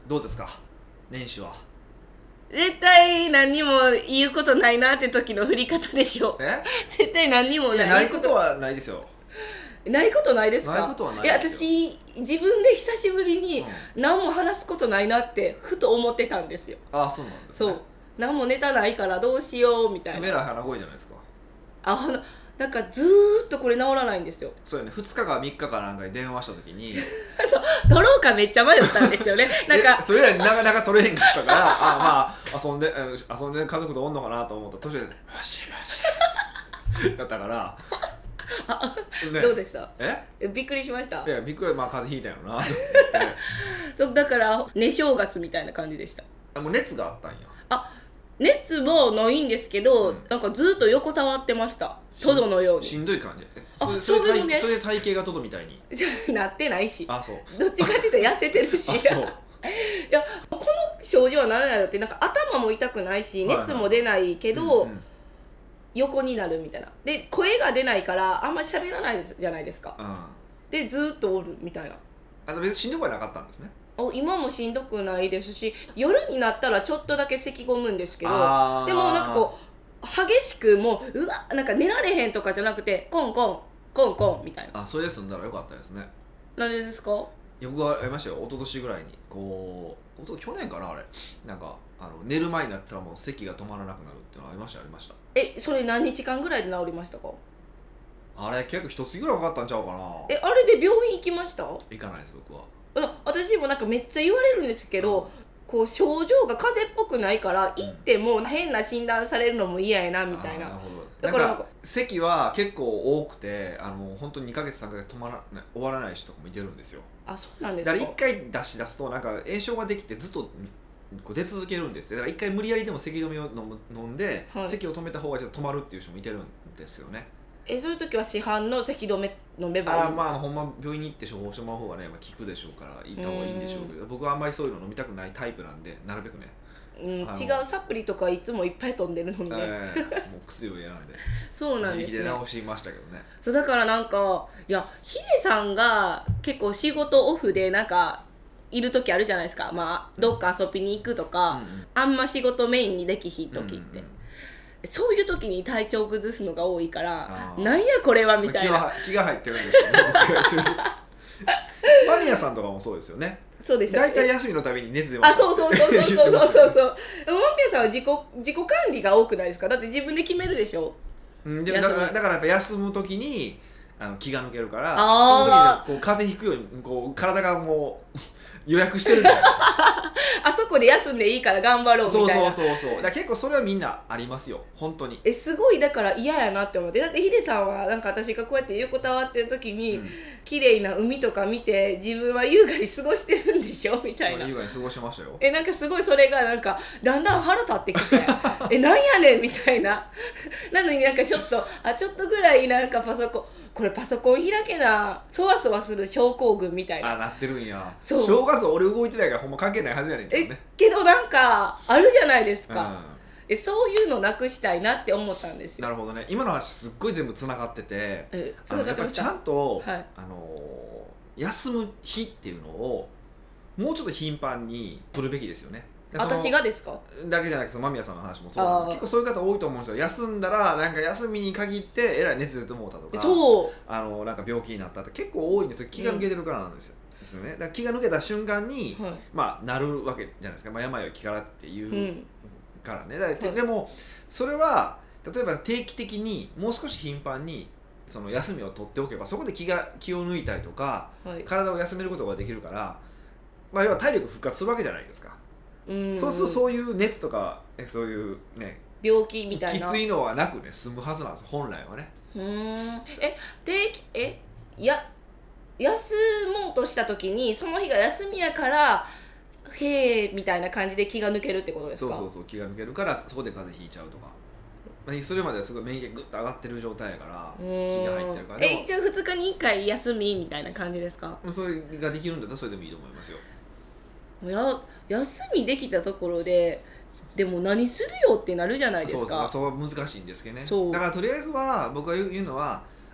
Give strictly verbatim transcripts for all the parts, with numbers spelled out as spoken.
どうですか年始は。 絶対何にも言うことないなって時の振り方でしょ。 え絶対何にもない。 いやないことはないですよ。 ないことないですか。 ないことはないいやですよ。 私自分で久しぶりにうん何も話すことないなってふと思ってたんですよ。 ああそうなんですね。 そう何もネタないからどうしようみたいな。 メラ鼻声じゃないですか。 あほななんかずーっとこれ治らないんですよ。 そうよねふつかかみっかかなんかに電話した時に取ろうかめっちゃ迷ったんですよね。なんかえそれらになかなか取れへんかったからあまあ遊んで遊んで家族とおんのかなと思ったら途中で「マジマジ」だったからね、 どうでした。 ええびっくりしました。 いやびっくりまあ風邪ひいたよなと思ってそうだから寝正月みたいな感じでした。 あもう熱があったんや。 あ熱もないんですけど、 うんなんかずっと横たわってました。トドのようにしんどい感じ。えあそれそれそうでもね体それで体型がトドみたいに。 なってないし、 あそうどっちかっていうと痩せてるしあそういやこの症状は何やろってなんか頭も痛くないしはいはい熱も出ないけど、 うんうん横になるみたいなで声が出ないからあんまり喋らないじゃないですか。 うんでずっとおるみたいな。 あと別にしんどくはなかったんですね。 お今もしんどくないですし夜になったらちょっとだけ咳込むんですけどあーでもなんかこう激しくもううわなんか寝られへんとかじゃなくてコンコンコンコンみたいな。 あそれで済んだらよかったですね。 なんでですか。 いや僕はありましたよ一昨年ぐらいにこうおと去年かなあれなんかあの寝る前になったらもう咳が止まらなくなるっていうのありましたありました。 えそれ何日間ぐらいで治りましたか。 あれ結構一月ぐらいかかったんちゃうかな。 えあれで病院行きました。 行かないです僕は。 あ私もなんかめっちゃ言われるんですけど、こう症状が風邪っぽくないから行っても変な診断されるのも嫌やなみたいな。 あーなるほど。 だからなんか咳は結構多くてあの本当ににかげつさんかげつ止まらない終わらない人とかもいてるんですよ。 あそうなんですだか。 からいっかい出し出すとなんか炎症ができてずっとこう出続けるんですよ。だからいっかい無理やりでも咳止めを飲む飲んで、 はい咳を止めた方がちょっと止まるっていう人もいてるんですよね。 えそういう時は市販の咳止め飲めばいい。 あまあほんま病院に行って処方してもらう方がね、まあ、効くでしょうから行った方がいいんでしょうけど僕はあんまりそういうの飲みたくないタイプなんでなるべくね、 うん、違あのうサプリとかいつもいっぱい飛んでるのにね、 えー、もう薬をやらないでそうなんですね。 自力で治しましたけどね。 そうだからなんかいやヒデさんが結構仕事オフでなんかいる時あるじゃないですか。まあどっか遊びに行くとか、 うんうんあんま仕事メインにできひん時って、 うんうんそういう時に体調崩すのが多いからあーなんやこれはみたいな。 気は気が入ってるんですよね僕がやってる間宮さんとかもそうですよね。 そうでした。 大体休みのたびに熱出まあすそうそうそうそうそうそうそうそう。マミヤさんは自己自己管理が多くないですか。だって自分で決めるでしょ。 うんでもだからだからやっぱ休む時にあの気が抜けるからあーその時にこう風邪ひくようにこう体がもう予約してるんだよあそこで休んでいいから頑張ろうみたいな。 そうそうそうそうだから結構それはみんなありますよ本当に。 えすごいだから嫌やなって思って。だってヒデさんはなんか私がこうやって横たわってる時に、 うん綺麗な海とか見て自分は優雅に過ごしてるんでしょみたいな。 優雅に過ごしてましたよ。 えなんかすごいそれがなんかだんだん腹立ってきてえなんやねんみたいななのになんかちょっとあちょっとぐらいなんかパソコンこれパソコン開けなそわそわする症候群みたいな。 あなってるんや。 そう正月俺動いてないからほんま関係ないはずやねんけどえね。 けどなんかあるじゃないですか、 うんえそういうのなくしたいなって思ったんですよ。 なるほどね。今の話すっごい全部つながっててえあのやっぱりちゃんと、 はいあの休む日っていうのをもうちょっと頻繁に取るべきですよね。でその私がですか。 だけじゃなくてその間宮さんの話もそうなんです。 あー結構そういう方多いと思うんですよ。休んだらなんか休みに限ってえらい熱出てもうたとかそうあのなんか病気になったって結構多いんですよ。気が抜けてるからなんですよ。ですよね。だから気が抜けた瞬間に、 はいまあなるわけじゃないですか。まあ、病は気からっていううんからね。だからはいでもそれは例えば定期的にもう少し頻繁にその休みを取っておけばそこで気が気を抜いたりとかはい体を休めることができるから、まあ、要は体力復活するわけじゃないですか。 うんそうするとそういう熱とかえそういうね病気みたいな。 きついのはなくね済むはずなんです本来はね。 うーんえ定期えや休もうとした時にその日が休みやからへえみたいな感じで気が抜けるってことですか。 そうそうそう気が抜けるからそこで風邪ひいちゃうとか、まあ、それまではすごい免疫がグッと上がってる状態やからうーん気が入ってるからでもえじゃあふつかにいっかい休みみたいな感じですか。 それができるんだったらそれでもいいと思いますよ。 や休みできたところででも何するよってなるじゃないですか。 そうそうそう難しいんですけどね。 そうだからとりあえずは僕が言うのは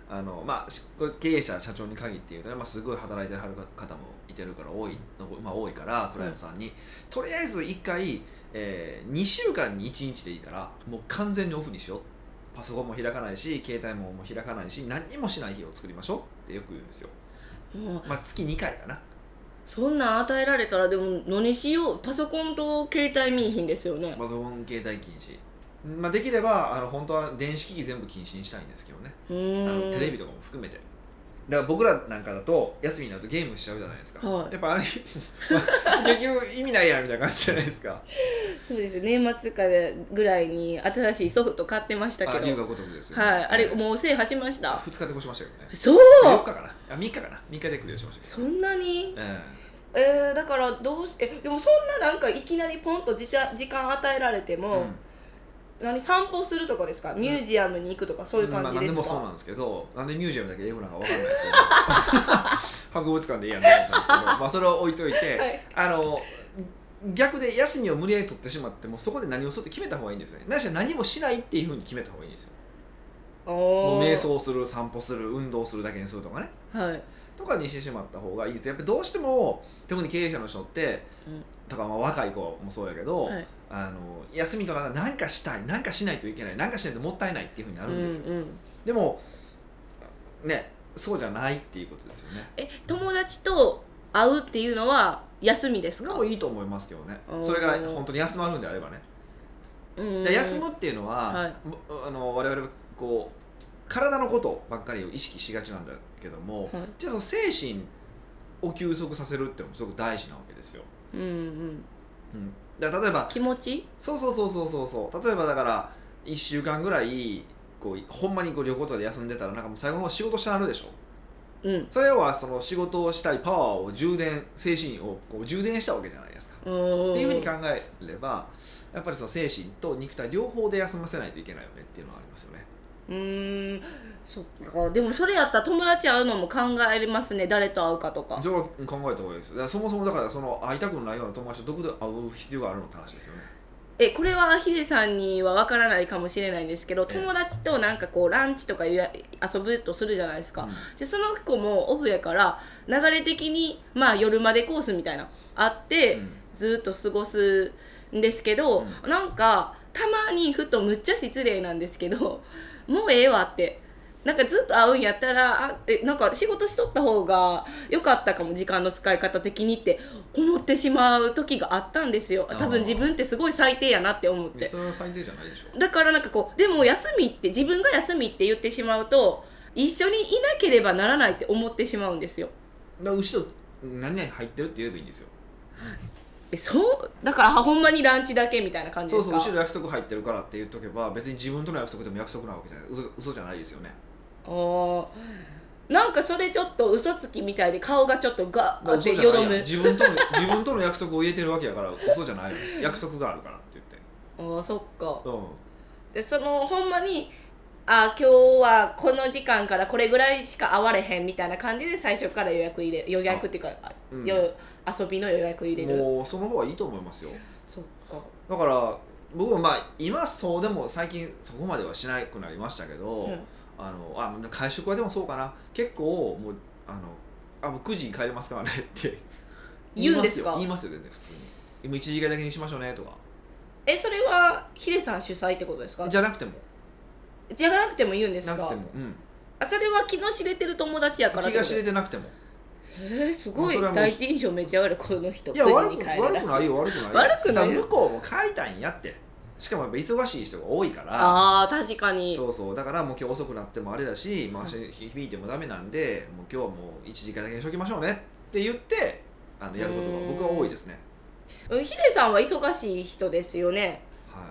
あのまあしこれ経営者社長に限って言うとね、まあ、すごい働いてはる方もいてるから多い、まあ、多いからクライアントさんに、うん、とりあえずいっかい、えー、にしゅうかんにいちにちでいいからもう完全にオフにしよう、パソコンも開かないし携帯ももう開かないし何にもしない日を作りましょうってよく言うんですよ、うん、まあ月にかいかな。 そんなん与えられたらでも何しよう、パソコンと携帯見いひんですよね。 パソコン携帯禁止、まあ、できればあの本当は電子機器全部禁止にしたいんですけどね、あのテレビとかも含めて。だから僕らなんかだと休みになるとゲームしちゃうじゃないですか、はい、やっぱあれ結局意味ないやみたいな感じじゃないですか。 そうですよ、年末からぐらいに新しいソフト買ってましたけど、 あ、龍が如くですよね、 はい、あれもう制覇しました。 ふつかで越しましたよね。 そうよっかかな、あみっかかな、みっかでクリアしましたけど、 そんなに、 うんえー、だからどうしえでもそんななんかいきなりポンと時時間与えられても、うん、何散歩するとかですか、ミュージアムに行くとかそういう感じですか、うん、まあ、何でもそうなんですけど、なんでミュージアムだけ英語なんか分かんないですけど博物館でいいやんと思ったんですけど、まあそれは置いといて、はい、あの逆で休みを無理やり取ってしまってもそこで何をするって決めた方がいいんですよね。なしは何もしないっていうふうに決めた方がいいんですよ。もう瞑想する、散歩する、運動するだけにするとかね、はい、とかにしてしまった方がいいです。やっぱりどうしても特に経営者の人って、うん、とかまあ若い子もそうやけど、はい、あの休みとなったら何かしたい、何かしないといけない、何かしないともったいないっていうふうになるんですよ、うんうん、でもね、そうじゃないっていうことですよね。 え、友達と会うっていうのは休みですか？ でもいいと思いますけどね、それが本当に休まるんであればね。で休むっていうのは、はい、あの我々こう体のことばっかりを意識しがちなんだけども、はい、じゃあその精神を休息させるっていうのもすごく大事なわけですよ。うんうんうん、だから例えば気持ち、 そうそうそうそうそうそう例えばだからいっしゅうかんぐらいこうほんまにこう旅行とかで休んでたらなんかもう最後の方仕事したなるでしょ。うん、それはその仕事をしたいパワーを充電、精神をこう充電したわけじゃないですか。っていうふうに考えればやっぱりその精神と肉体両方で休ませないといけないよねっていうのはありますよね。 うーん、そっか。でもそれやったら友達会うのも考えますね。誰と会うかとか。 じゃあ考えた方がいいですよ。だからそもそもだからその会いたくないような友達とどこで会う必要があるのって話ですよね。 え、これはヒデさんには分からないかもしれないんですけど、友達となんかこうランチとか遊ぶとするじゃないですか、うん、でその子もオフやから流れ的にまあ夜までコースみたいなあって、うん、ずっと過ごすんですけど、うん、なんかたまにふとむっちゃ失礼なんですけどもうええわってなんかずっと会うんやったらあえなんか仕事しとった方が良かったかも時間の使い方的にって思ってしまう時があったんですよ。多分自分ってすごい最低やなって思って。 それは最低じゃないでしょ。 だからなんかこうでも休みって自分が休みって言ってしまうと一緒にいなければならないって思ってしまうんですよ。 だから後ろ何々入ってるって言えばいいんですよ。 えそうだからほんまにランチだけみたいな感じですか。 そうそう、後ろ約束入ってるからって言っとけば別に自分との約束でも約束なわけじゃない、嘘、嘘じゃないですよね。あなんかそれちょっと嘘つきみたいで顔がちょっとガーってよどむ。 自分との自分との約束を入れてるわけやから嘘じゃないの約束があるからって言ってああそっか、うん、でそのほんまにあ今日はこの時間からこれぐらいしか会われへんみたいな感じで最初から予約入れ予約っていうか、うん、遊びの予約入れる。 もうその方がいいと思いますよ。 そっか。 だから僕もまあ今そうでも最近そこまではしなくなりましたけど、うんあのあ会食はでもそうかな結構もうあのあもうくじに帰れますからねって言うんですか。 言いますよね普通に。今いちじかんだけにしましょうねとか。 えそれはヒデさん主催ってことですか。 じゃなくてもじゃなくても言うんですか。 なくても、うん、 あそれは気の知れてる友達やから気が知れてなくてもえー、すごい第一印象めっちゃ悪いこの人。 いや悪く、悪くないよ悪くないよ悪くないよ。 向こうも帰りたいんやって。しかもやっぱ忙しい人が多いから。 ああ確かに。 そうそうだからもう今日遅くなってもあれだし、まあ、響いてもダメなんでもう今日はもういちじかんだけにしときましょうねって言ってあのやることが僕は多いですね。 ヒデさんは忙しい人ですよね。 はい。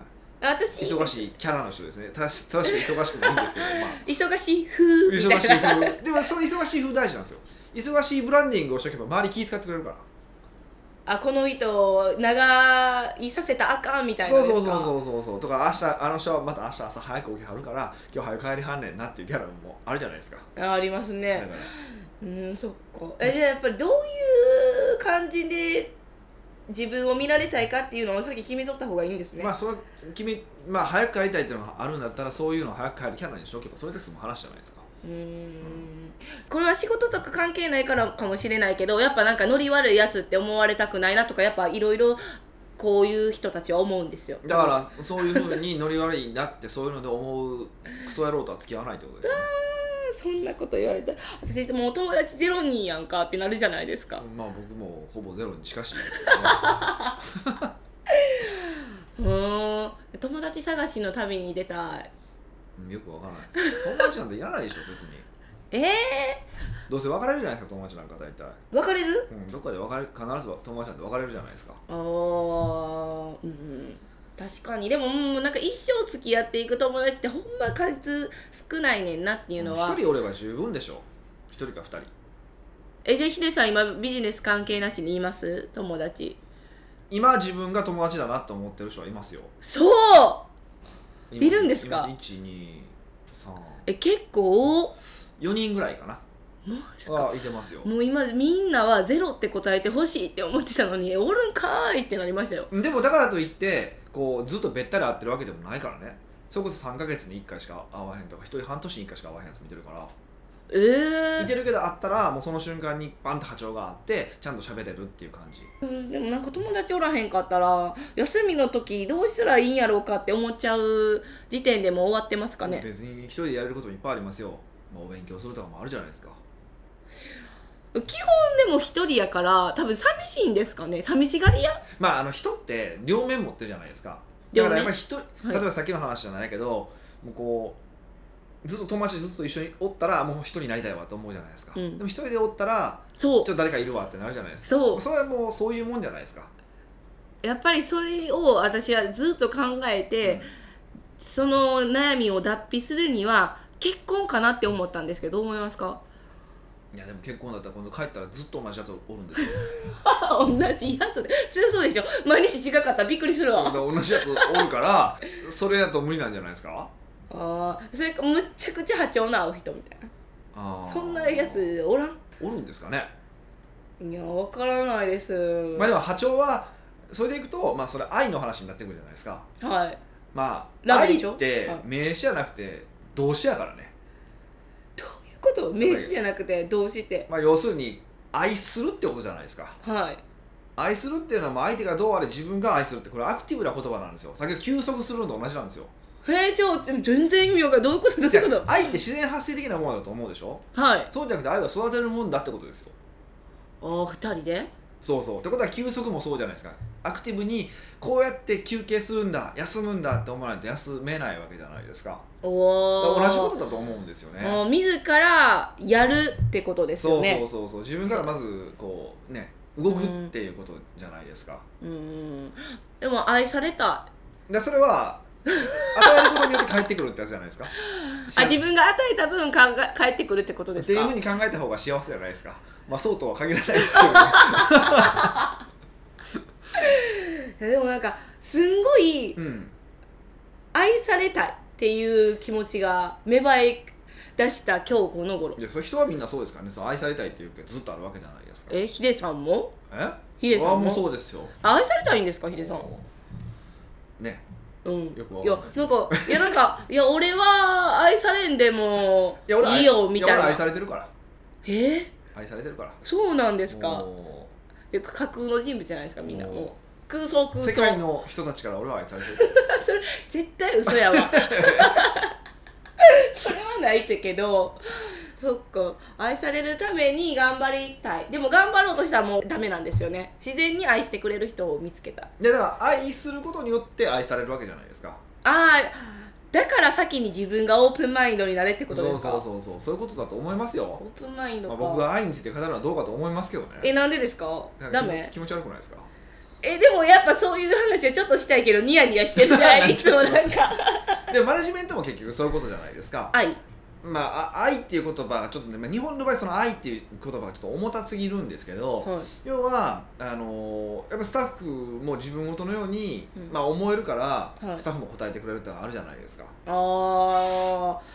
私忙しいキャラの人ですね。確かに忙しくないんですけど、まあ、 忙しい風みたいな。 忙しい風でもその忙しい風大事なんですよ。忙しいブランディングをしとけば周り気遣ってくれるから。 あこの人を長居させたらあかんみたいなですか。 そうそうそうそうそうとか明日あの人はまた明日朝早く起きはるから今日早く帰りはんねんなっていうキャラもあるじゃないですか。 あ, ありますね。うんそっか。えじゃあやっぱりどういう感じで自分を見られたいかっていうのを先決めとった方がいいんですね。 まあそれ決めまあ早く帰りたいっていうのがあるんだったらそういうのを早く帰るキャラにしておけばそれで済む話じゃないですか。 うーんこれは仕事とか関係ないからかもしれないけどやっぱなんかノリ悪いやつって思われたくないなとかやっぱいろいろこういう人たちは思うんですよ。 だからそういうふうにノリ悪いなってそういうので思うクソ野郎とは付き合わないってことですよね。 そんなこと言われたら私もう友達ゼロ人やんかってなるじゃないですか。 まあ僕もほぼゼロに近しいですけどねうーん友達探しの旅に出たい。 よくわからないです。友達なんていらないでしょ別に。 ええどうせ別れるじゃないですか友達なんか大体。 ー、別れる？ うん、どっかで別れ必ず友達なんて別れるじゃないですか。 ああ、うん、確かに。でももうなんか一生付き合っていく友達ってほんま数少ないねんなっていうのは。 一人おれば十分でしょ。一人か二人。えじゃあヒデさん今ビジネス関係なしにいます友達？ 今自分が友達だなと思ってる人はいますよ。 そういるんですか？ いち、に、さんえ結構よにんぐらいかな。 マジか。 あいてますよ。 もう今みんなはゼロって答えてほしいって思ってたのにおるんかーいってなりましたよ。 でもだからといってこうずっとべったり会ってるわけでもないからね。それこそさんかげつにいっかいしか会わへんとかひとり半年にいっかいしか会わへんやつ見てるから。 えー、 いてるけど会ったらもうその瞬間にバンと波長があってちゃんと喋れるっていう感じ。 うん、でもなんか友達おらへんかったら休みの時どうしたらいいんやろうかって思っちゃう時点でもう終わってますかね。 別に一人でやれることもいっぱいありますよ。まあ、お勉強するとかもあるじゃないですか。 基本でも一人やから多分寂しいんですかね。寂しがり屋。 まああの人って両面持ってるじゃないですか。だからやっぱり一人、 はい例えばさっきの話じゃないけどもうこうずっと友達ずっと一緒におったらもう一人になりたいわと思うじゃないですか、うん、でも一人でおったらそうちょっと誰かいるわってなるじゃないですか。 そうそれはもうそういうもんじゃないですか。 やっぱりそれを私はずっと考えて、うん、その悩みを脱皮するには結婚かなって思ったんですけどどう思いますか？ いやでも結婚だったら今度帰ったらずっと同じやつおるんですよ同じやつで強そうでしょ。毎日違かったらびっくりするわ。 同じやつおるからそれだと無理なんじゃないですか。 ああそれかむっちゃくちゃ波長の合う人みたいな。あそんなやつおらんおるんですかね。 いや分からないです。 まあでも波長はそれでいくとまあそれ愛の話になってくるじゃないですか。 はい。 まあ愛って名詞じゃなくて動詞やからね。 どういうこと？名詞じゃなくて動詞って、 まあ、要するに愛するってことじゃないですか。 はい。 愛するっていうのはもう相手がどうあれ自分が愛するってこれアクティブな言葉なんですよ。先ほど休息するのと同じなんですよ。 えー、じゃあ全然意味わかんない。どういうことどういうこと？ 愛って自然発生的なものだと思うでしょ。 はい。 そうじゃなくて愛は育てるもんだってことですよ。 ああふたりで？ そうそう。ってことは休息もそうじゃないですか。アクティブにこうやって休憩するんだ休むんだって思わないと休めないわけじゃないですか。 お同じことだと思うんですよね。 自らやるってことですよね。 そうそうそうそう。自分からまずこうね動くっていうことじゃないですか。 うん、うんでも愛されたい。 でそれは与えることによって返ってくるってやつじゃないですか。 あ自分が与えた分かが返ってくるってことですか。 っていうふうに考えた方が幸せじゃないですか。まあそうとは限らないですけどね。でもなんかすんごいうん愛されたいっていう気持ちが芽生え出した今日この頃。 いやそれ人はみんなそうですからね。そう愛されたいっていうかずっとあるわけじゃないですか。 えヒデさんも？ えヒデさんも？ もうそうですよ。 愛されたいんですかヒデさん。 ね。 うん、 よくわいやなんかいやなんかいや俺は愛されんでもいいよみたいな。いや俺愛されてるから。 えー、 愛されてるから。 そうなんですか。で架空の人物じゃないですかみんなもう空想空想。 世界の人たちから俺は愛されてる。 それ絶対嘘やわ。それはないってけど。そっか愛されるために頑張りたい。でも頑張ろうとしたらもうダメなんですよね。自然に愛してくれる人を見つけた。 でだから愛することによって愛されるわけじゃないですか。 ああだから先に自分がオープンマインドになれってことですか。 そうそうそうそうそういうことだと思いますよ。 オープンマインドか、 まあ、僕が愛について語るのはどうかと思いますけどね。 えなんでですか。ダメ。 気持ち悪くないですか。 えでもやっぱそういう話はちょっとしたいけどニヤニヤしてるじゃないいつもなんかでもマネジメントも結局そういうことじゃないですか。 愛まあ、愛っていう言葉がちょっとね、まあ、日本の場合その愛っていう言葉がちょっと重たすぎるんですけど、はい、要はあのやっぱスタッフも自分ごとのように、うんまあ、思えるから、はい、スタッフも答えてくれるってのがあるじゃないですか。 あ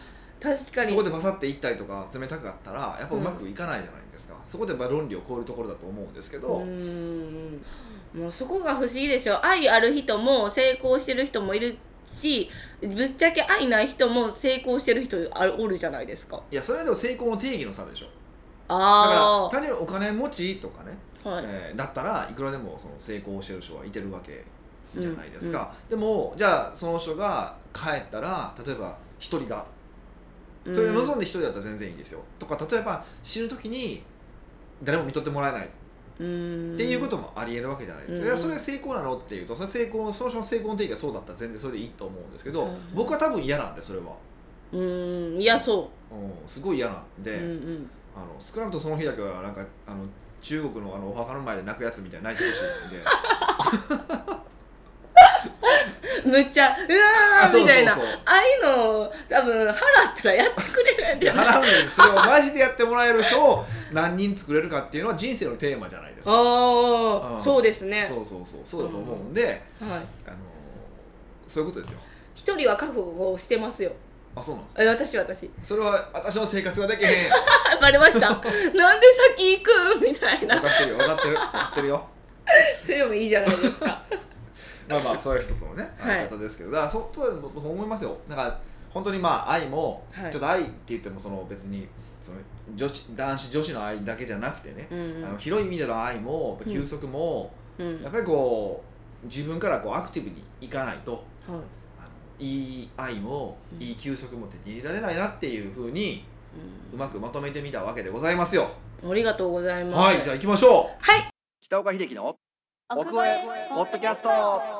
確かにそこでバサっていったりとか冷たかったらやっぱうまくいかないじゃないですか、うん、そこでまあ論理を超えるところだと思うんですけど、 うーんもうそこが不思議でしょ。愛ある人も成功してる人もいるし、ぶっちゃけ愛ない人も成功してる人あるおるじゃないですか。 いやそれはでも成功の定義の差でしょ。 あだから単にお金持ちとかね、 はい、 えー、だったらいくらでもその成功してる人はいてるわけじゃないですか、 うんうん、 でもじゃあその人が帰ったら例えば一人だそれ望んで一人だったら全然いいんですよ、とか例えば死ぬ時に誰も見とってもらえないっていうこともありえるわけじゃないですか。いやそれ成功なのっていうとそれ成功その人の成功の定義がそうだったら全然それでいいと思うんですけど、うん、僕は多分嫌なんでそれはうーんいやそう、 うん、すごい嫌なんで、うんうん、あの少なくともその日だけはなんかあの中国のあのお墓の前で泣くやつみたいに泣いてほしいんでむっちゃうわーみたいなああいうの多分払ったらやってくれるんで払うのにそれをマジでやってもらえる人を何人作れるかっていうのは人生のテーマじゃないですか。 ああ、うん、そうですね。 そうそうそうそうだと思うんで、うん、はい、あのそういうことですよ。 一人は覚悟してますよ。 あ、そうなんですか。 え、私私それは私の生活ができへんバレましたなんで先行くみたいな。 分かってるよ分かってる分かってるよそれでもいいじゃないですかまあまあそういう一つのねあり方ですけど、だからそうそう思いますよ。だから本当にまあ愛も、はい、ちょっと愛って言ってもその別にその女子男子女子の愛だけじゃなくてね、うんうん、あの広い意味での愛も休息も、うん、やっぱりこう自分からこうアクティブにいかないと、はい、あのいい愛もいい休息も手に入れられないなっていうふうに、うん、うまくまとめてみたわけでございますよ。 ありがとうございます。 はい、じゃあ行きましょう。 はい、 北岡秀樹の奥越えポッドキャスト。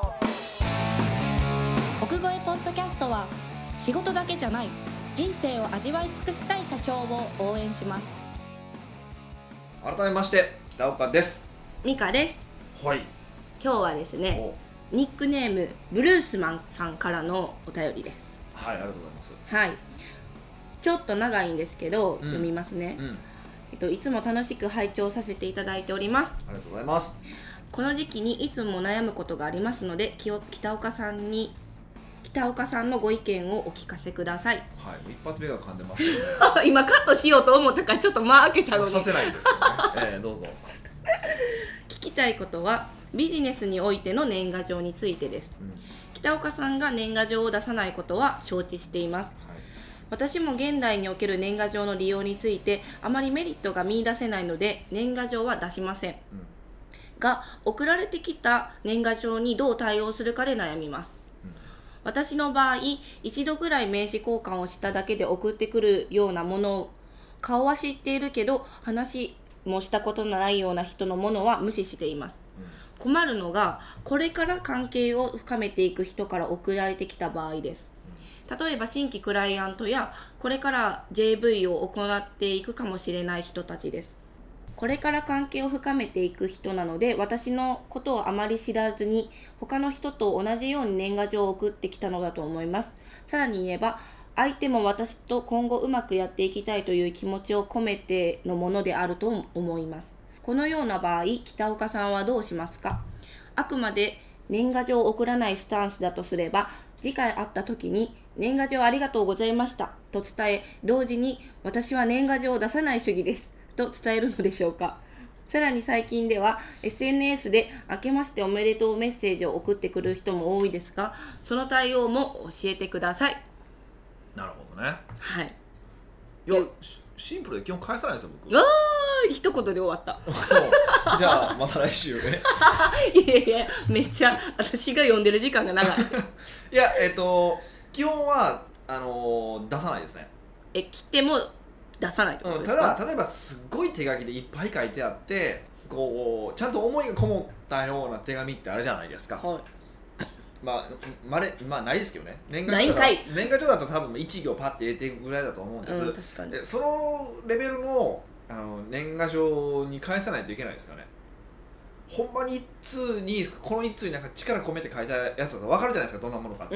奥越えポッドキャストは仕事だけじゃない人生を味わい尽くしたい社長を応援します。 改めまして北岡です。 美香です。 はい、 今日はですねニックネームブルースマンさんからのお便りです。 はい、ありがとうございます。 はい、ちょっと長いんですけど、うん、読みますね、うんえっと、いつも楽しく拝聴させていただいております。 ありがとうございます。 この時期にいつも悩むことがありますので北岡さんに北岡さんのご意見をお聞かせください。 はい、一発目が噛んでます、ね、 今カットしようと思ったからちょっと間開けたのにさせないんですよね、えー、どうぞ聞きたいことはビジネスにおいての年賀状についてです、うん、北岡さんが年賀状を出さないことは承知しています、はい、私も現代における年賀状の利用についてあまりメリットが見出せないので年賀状は出しません、うんが送られてきた年賀状にどう対応するかで悩みます、うん、私の場合一度ぐらい名刺交換をしただけで送ってくるようなもの、顔は知っているけど話もしたことのないような人のものは無視しています、うん、困るのがこれから関係を深めていく人から送られてきた場合です。例えば新規クライアントやこれから ジェーブイ を行っていくかもしれない人たちです。これから関係を深めていく人なので私のことをあまり知らずに他の人と同じように年賀状を送ってきたのだと思います。さらに言えば相手も私と今後うまくやっていきたいという気持ちを込めてのものであると思います。このような場合北岡さんはどうしますか？あくまで年賀状を送らないスタンスだとすれば次回会った時に年賀状ありがとうございましたと伝え同時に私は年賀状を出さない主義ですと伝えるのでしょうか。さらに最近では エスエヌエス で明けましておめでとうメッセージを送ってくる人も多いですがその対応も教えてください。 なるほどね。 はい。 いやシンプルで基本返さないですよ僕。 わー一言で終わったじゃあまた来週ねいやいやめっちゃ私が読んでる時間が長いいやえっ、ー、と基本はあのー、出さないですね。 え来ても出さないってことですか？ うん、ただ例えばすっごい手書きでいっぱい書いてあってこうちゃんと思いがこもったような手紙ってあるじゃないですか、はい、まあ、まれまあないですけどね。年賀状だ年賀状だと多分いち行パッて入れていくぐらいだと思うんです、 うん、確かにでそのレベル の, あの年賀状に返さないといけないですかね。ほんまに一通にこの一通になんか力込めて書いたやつだと分かるじゃないですかどんなものかって。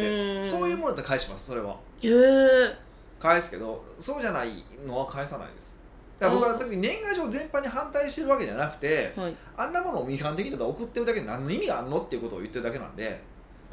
そういうものだったら返します。それはへー返すけどそうじゃないのは返さないです。だから僕は別に年賀状全般に反対してるわけじゃなくて、はい、あんなものを批判的だと送ってるだけで何の意味があるのっていうことを言ってるだけなんで。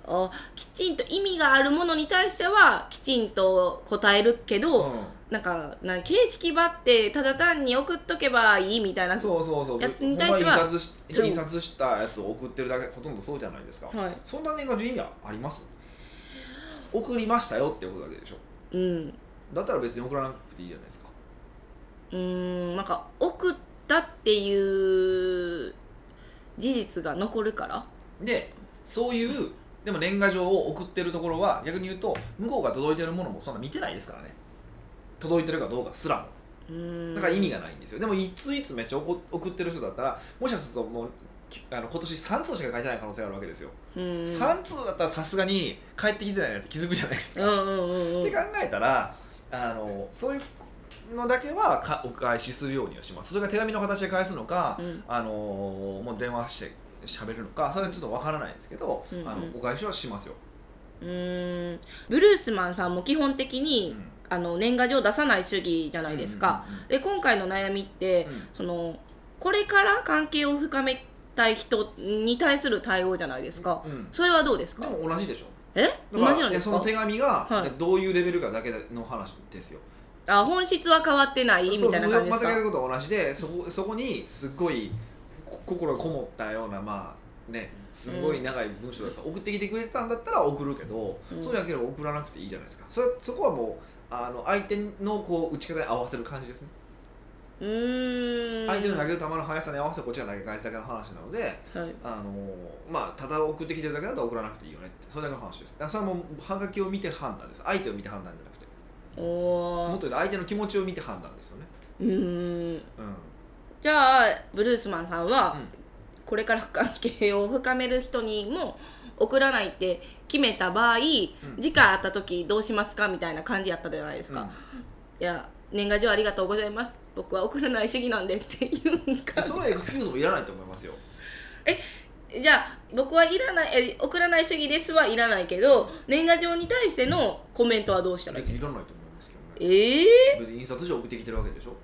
きちんと意味があるものに対してはきちんと答えるけど、うん、なんかなん形式ばってただ単に送っとけばいいみたいなやつに対しては、 そうそうそう、印刷し、印刷したやつを送ってるだけ、ほとんどそうじゃないですか、はい、そんな年賀状意味はあります？送りましたよってことだけでしょ、うん、だったら別に送らなくていいじゃないですか。 うーん、なんか送ったっていう事実が残るからで、そういうでも年賀状を送ってるところは逆に言うと向こうが届いてるものもそんな見てないですからね。届いてるかどうかすらも、うーん、だから意味がないんですよ。でもいついつめっちゃ送ってる人だったら、もしかするともうあの今年さん通しか書いてない可能性があるわけですよ。さん通だったらさすがに帰ってきてないなって気づくじゃないですか、うんうんうんうん、って考えたらあのそういうのだけはかお返しするようにはします。それが手紙の形で返すのか、うん、あのもう電話して喋るのか、それはちょっとわからないですけど、うんうん、あのお返しはしますよ。 うーん、ブルースマンさんも基本的に、うん、あの年賀状出さない主義じゃないですか、うんうんうん、で今回の悩みって、うん、そのこれから関係を深めたい人に対する対応じゃないですか、うん、それはどうですか？ でも同じでしょ。 え？同じなんですか？ その手紙がどういうレベルかだけの話ですよ、 はい、あ、本質は変わってないみたいな感じですか？ そうそう、全くことは同じで、そこ、そこにすっごい心がこもったような、まあね、すごい長い文章だったら、うん、送ってきてくれてたんだったら送るけど、うん、そうじゃなければ送らなくていいじゃないですか。それそこはもうあの相手のこう打ち方に合わせる感じですね。うーん、相手の投げる球の速さに合わせてこっちが投げ返すだけの話なので、はい、あのまあ、ただ送ってきてるだけだと送らなくていいよねって、それだけの話です。だからそれはもうはがきを見て判断です。相手を見て判断じゃなくて、おもっと言うと相手の気持ちを見て判断ですよね。うーん、うん、 じゃあブルースマンさんは、うん、これから関係を深める人にも送らないって決めた場合、うん、次回会った時どうしますかみたいな感じやったじゃないですか、うん、いや年賀状ありがとうございます、僕は送らない主義なんでっていうんか、 そのエクスキューズもいらないと思いますよ。 え、じゃあ僕はいらないえ送らない主義ですはいらないけど、年賀状に対してのコメントはどうしたらいいですか？ いらないと思いますけどね。ええー、別に印刷所送ってきてるわけでしょ。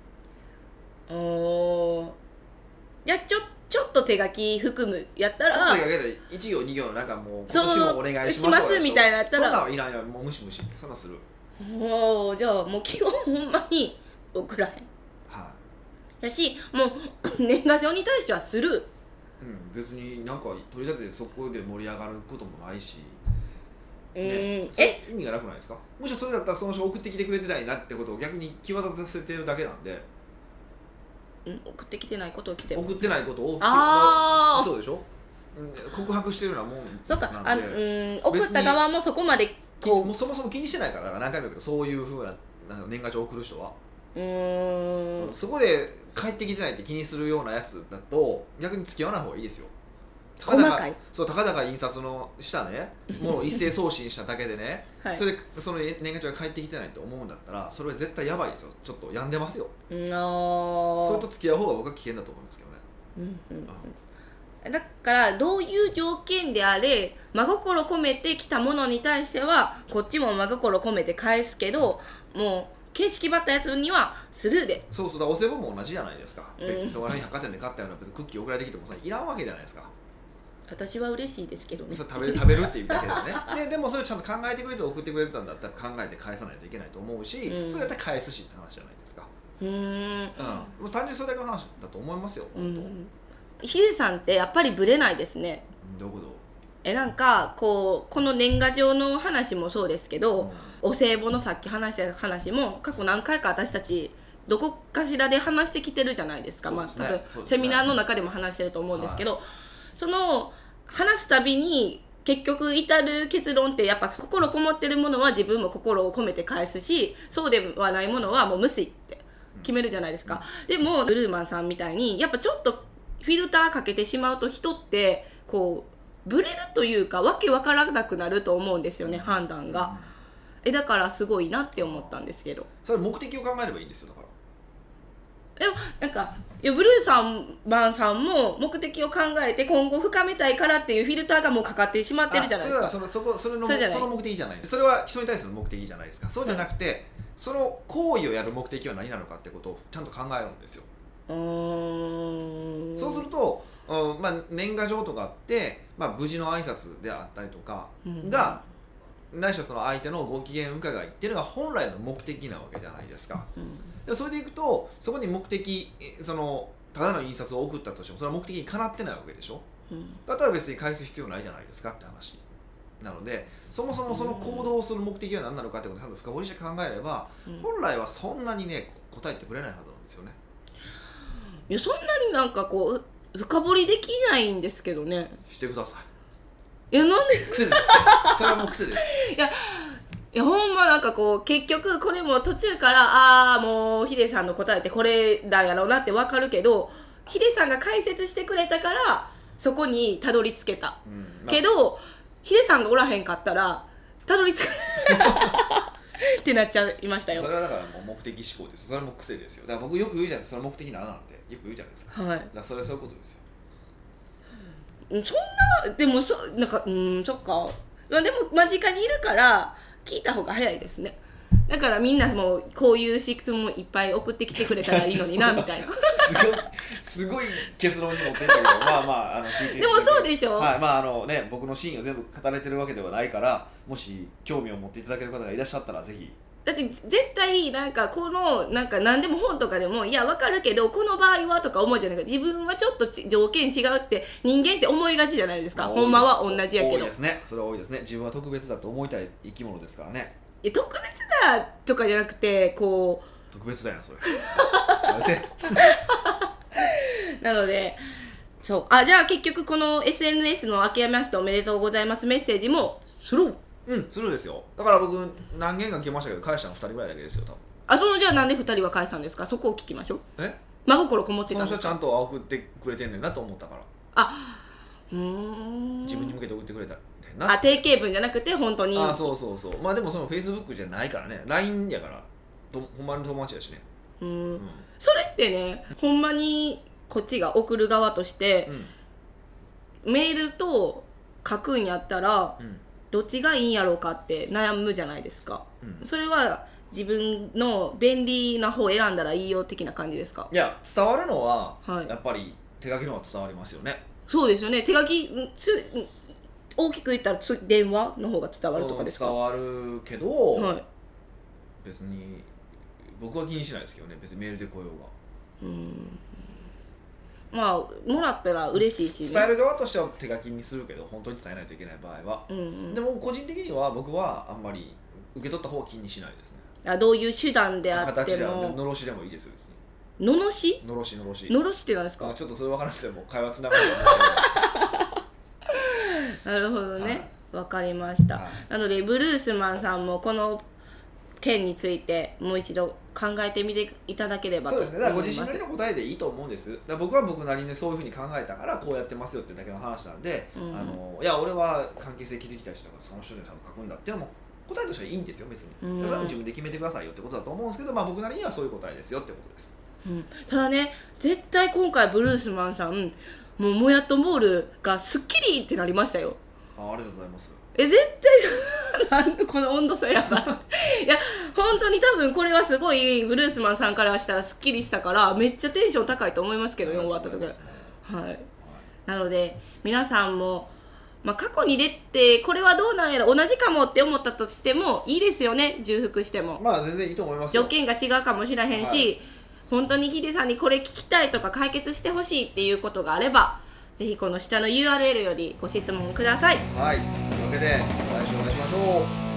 おー、じゃあちょちょっと手書き含むやったら、ちょっと手書きでいち行に行のなんかもう今年もお願いしますしますみたいなやったら、 そんなんはいらんよ、もう無視無視そんなする。 おー、じゃあもう基本ほんまに送らへん、はい、やし、もう年賀状に対してはする、 うん、別になんか取り立ててそこで盛り上がることもないし、 うん、ね、 え意味がなくないですか？むしろそれだったらその人送ってきてくれてないなってことを逆に際立たせてるだけなんで、 うん、送ってきてないことを来て送ってないことをあそうでしょ、うん、告白してるようなもんなんで、 そうか、あ、うん、送った側もそこまでこうもうそもそも気にしてないから、何回も言うけど、そういうふうな年賀状を送る人はうーん、そこで帰ってきてないって気にするようなやつだと逆に付き合わない方がいいですよ。 細かい、 そう、たかだか印刷のしたねものを一斉送信しただけでね、はい、それでその年賀状が返ってきてないと思うんだったら、それは絶対やばいですよ。ちょっと病んでますよ。あ、それと付き合う方が僕は危険だと思いますけどね、うんうんうん、だからどういう条件であれ真心込めてきたものに対してはこっちも真心込めて返すけど、もう形式ばったやつにはスルーで。 そうそう、だお歳暮も同じじゃないですか、うん、別にそこら辺百貨店で買ったような別にクッキー送られてきてもさいらんわけじゃないですか。 私は嬉しいですけどね。 それ食べる食べるっていうだけでねで, でもそれちゃんと考えてくれて送ってくれてたんだったら考えて返さないといけないと思うし、うん、それやったら返すしって話じゃないですか。うーん、うん、もう単純にそれだけの話だと思いますよ。うん、 ヒデさんってやっぱりブレないですね。 どこどえなんかこうこの年賀状の話もそうですけど、うん、お歳暮のさっき話した話も過去何回か私たちどこかしらで話してきてるじゃないですか。 そうですね、 まあ、多分セミナーの中でも話してると思うんですけど、はい、その話すたびに結局至る結論ってやっぱ心こもってるものは自分も心を込めて返すし、そうではないものはもう無視って決めるじゃないですか、うん、でもブルーマンさんみたいにやっぱちょっとフィルターかけてしまうと人ってこうブレるというかわけわからなくなると思うんですよね、判断が。えだからすごいなって思ったんですけど。 それ目的を考えればいいんですよ。だからでもなんかいやブルーさんマンさんも目的を考えて今後深めたいからっていうフィルターがもうかかってしまってるじゃないですか。 それはそのそこそれのそれその目的じゃない。それは人に対する目的じゃないですか。そうじゃなくて、その行為をやる目的は何なのかってことをちゃんと考えるんですよ。 うーんそうすると、うんまあ、年賀状とかって、まあ、無事の挨拶であったりとかが、うん、ないしはその相手のご機嫌伺いっていうのが本来の目的なわけじゃないですか、うん、でそれでいくとそこに目的そのただの印刷を送ったとしてもそれは目的にかなってないわけでしょ、うん、だったら別に返す必要ないじゃないですかって話なので、そもそもその行動をする目的は何なのかってことを多分深掘りして考えれば、うん、本来はそんなにね答えてくれないはずなんですよね。 いやそんなになんかこう深掘りできないんですけどね。 してください。いやなんで癖ですそれはもう癖ですいやいやほんまなんかこう結局これも途中からああもうヒデさんの答えってこれだやろうなって分かるけど、ヒデさんが解説してくれたからそこにたどり着けた、うんまあ、けどヒデさんがおらへんかったらたどり着かってなっちゃいましたよ。 それはだからもう目的思考です。それも癖ですよ。だから僕よく言うじゃないですか、その目的ならなんてよく言うじゃないですか、はい、だからそれはそういうことですよ。 そんなでもそなんかうんそっか、まあ、でも間近にいるから聞いた方が早いですね。だからみんなもこういう質問いっぱい送ってきてくれたらいいのになみたいなすごいすごい結論に持ってったけどまあまああの聞いてでもそうでしょ、 はい、まああのね僕のシーンを全部語れてるわけではないから、もし興味を持っていただける方がいらっしゃったらぜひ。 だって絶対なんかこのなんか何でも本とかでもいや分かるけどこの場合はとか思うじゃないか、自分はちょっと条件違うって人間って思いがちじゃないですか。ほんまは同じやけど。 多いですね。それは多いですね。自分は特別だと思いたい生き物ですからね。 いや特別だとかじゃなくてこう特別だよなそれなのでそうあじゃあ結局この エスエヌエス の明けましておめでとうございますメッセージもスルーうんスルーですよ。だから僕何件か来ましたけど返したのふたりぐらいだけですよ多分。 あそのじゃあなんでふたりは返したんですか。そこを聞きましょう。 え真心こもってたんですか。 その人ちゃんと送ってくれてんねんなと思ったから。 あうーん自分に向けて送ってくれたあ定型文じゃなくて本当に。 あそうそうそう。まあでもその Facebook じゃないからね ライン やからとほんまに友達やしね。 うん、うん、それってねほんまにこっちが送る側として、うん、メールと書くんやったら、うん、どっちがいいんやろうかって悩むじゃないですか、うん、それは自分の便利な方を選んだらいいよ的な感じですか。 いや伝わるのは、はい、やっぱり手書きの方が伝わりますよね。 そうですよね。手書き大きく言ったら電話の方が伝わるとかですか。 伝わるけど、 はい、 別に僕は気にしないですけどね。別にメールで来ようが。 うんまあもらったら嬉しいし、ね、 伝える側としては手書きにするけど本当に伝えないといけない場合は、うんうん、でも個人的には僕はあんまり受け取った方は気にしないですね。 あどういう手段であっても形であるのろしでもいいですよ別に。 のろしのろしのろしのろしって何ですか。 ちょっとそれ分からなくても会話つながるなるほどね、はい、分かりました、はい、なのでブルースマンさんもこの件についてもう一度考えてみていただければと思います。 そうですね。だからご自身なりの答えでいいと思うんです。だから僕は僕なりにそういうふうに考えたからこうやってますよってだけの話なんで、うん、あのいや俺は関係性築きたい人だからその人に書くんだっていうのも答えとしてはいいんですよ別に、うん、だから自分で決めてくださいよってことだと思うんですけど、まあ僕なりにはそういう答えですよってことです、 うん、ただね絶対今回ブルースマンさんもうもやっとボールがスッキリってなりましたよ。 あ, ありがとうございます。 え絶対なんとこの温度差やばいいや本当に多分これはすごいブルースマンさんからしたらスッキリしたからめっちゃテンション高いと思いますけどね終わった時は、はい、はい、なので皆さんも、まあ、過去に出てこれはどうなんやら同じかもって思ったとしてもいいですよね。重複してもまあ全然いいと思いますよ。 条件が違うかもしれへんし、はい、本当にヒデさんにこれ聞きたいとか解決してほしいっていうことがあればぜひこの下の ユーアールエル よりご質問ください。 はい、というわけで来週お会いしましょう。